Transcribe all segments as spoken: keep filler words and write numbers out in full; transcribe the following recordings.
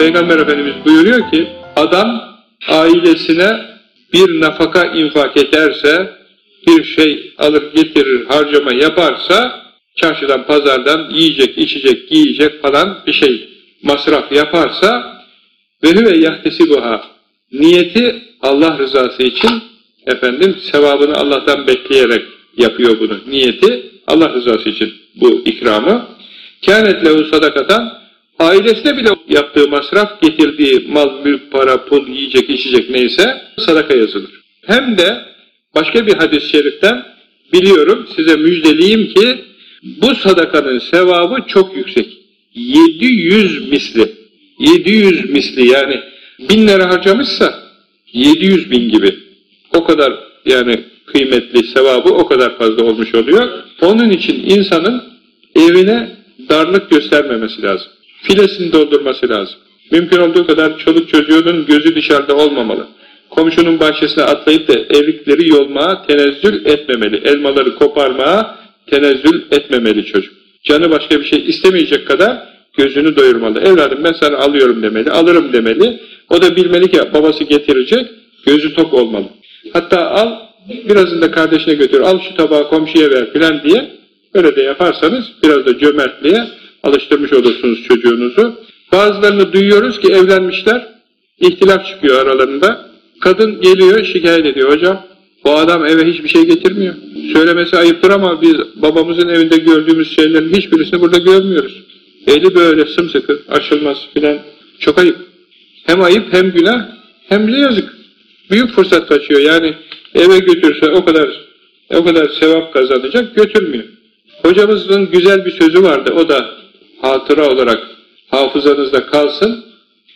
Peygamber Efendimiz buyuruyor ki, adam ailesine bir nafaka infak ederse, bir şey alıp getirir, harcama yaparsa, çarşıdan, pazardan yiyecek, içecek, giyecek falan bir şey masraf yaparsa, ve huve yahtesibuha, niyeti Allah rızası için, efendim sevabını Allah'tan bekleyerek yapıyor bunu. Niyeti Allah rızası için bu ikramı. Kânet lehu sadakatan, ailesine bile yaptığı masraf, getirdiği mal, mülk, para, pul, yiyecek, içecek neyse sadaka yazılır. Hem de başka bir hadis-i şeriften biliyorum, size müjdeleyeyim ki bu sadakanın sevabı çok yüksek. yedi yüz misli. yedi yüz misli yani bin lira harcamışsa yedi yüz bin gibi. O kadar yani kıymetli, sevabı o kadar fazla olmuş oluyor. Onun için insanın evine darlık göstermemesi lazım. Filesini doldurması lazım. Mümkün olduğu kadar çoluk çocuğunun gözü dışarıda olmamalı. Komşunun bahçesine atlayıp da erikleri yolmaya tenezzül etmemeli. Elmaları koparmaya tenezzül etmemeli çocuk. Canı başka bir şey istemeyecek kadar gözünü doyurmalı. Evladım ben sana alıyorum demeli, alırım demeli. O da bilmeli ki babası getirecek, gözü tok olmalı. Hatta al, birazını da kardeşine götür, al şu tabağı komşuya ver filan diye, öyle de yaparsanız biraz da cömertliğe alıştırmış olursunuz çocuğunuzu. Bazılarını duyuyoruz ki evlenmişler, ihtilaf çıkıyor aralarında. Kadın geliyor, şikayet ediyor. Hocam, bu adam eve hiçbir şey getirmiyor. Söylemesi ayıptır ama biz babamızın evinde gördüğümüz şeylerin hiçbirisini burada görmüyoruz. Eli böyle sımsıkı, açılmaz filan. Çok ayıp. Hem ayıp, hem günah, hem de yazık. Büyük fırsat kaçıyor. Yani eve götürse o kadar o kadar sevap kazanacak, götürmüyor. Hocamızın güzel bir sözü vardı. O da hatıra olarak hafızanızda kalsın.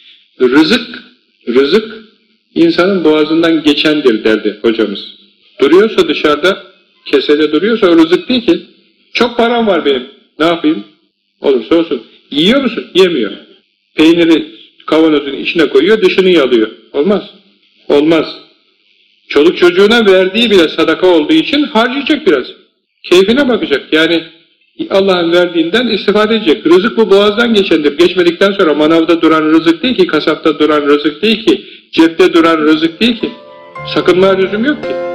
Rızık, rızık insanın boğazından geçendir derdi hocamız. Duruyorsa dışarıda, kesede duruyorsa o rızık değil ki. Çok param var benim. Ne yapayım? Olursa olsun. Yiyor musun? Yemiyor. Peyniri kavanozun içine koyuyor, dışını yalıyor. Olmaz. Olmaz. Çoluk çocuğuna verdiği bile sadaka olduğu için harcayacak biraz. Keyfine bakacak. Yani Allah'ın verdiğinden istifade edecek. Rızık bu boğazdan geçendir. Geçmedikten sonra manavda duran rızık değil ki, kasapta duran rızık değil ki, cepte duran rızık değil ki. Sakınmaya lüzum yok ki.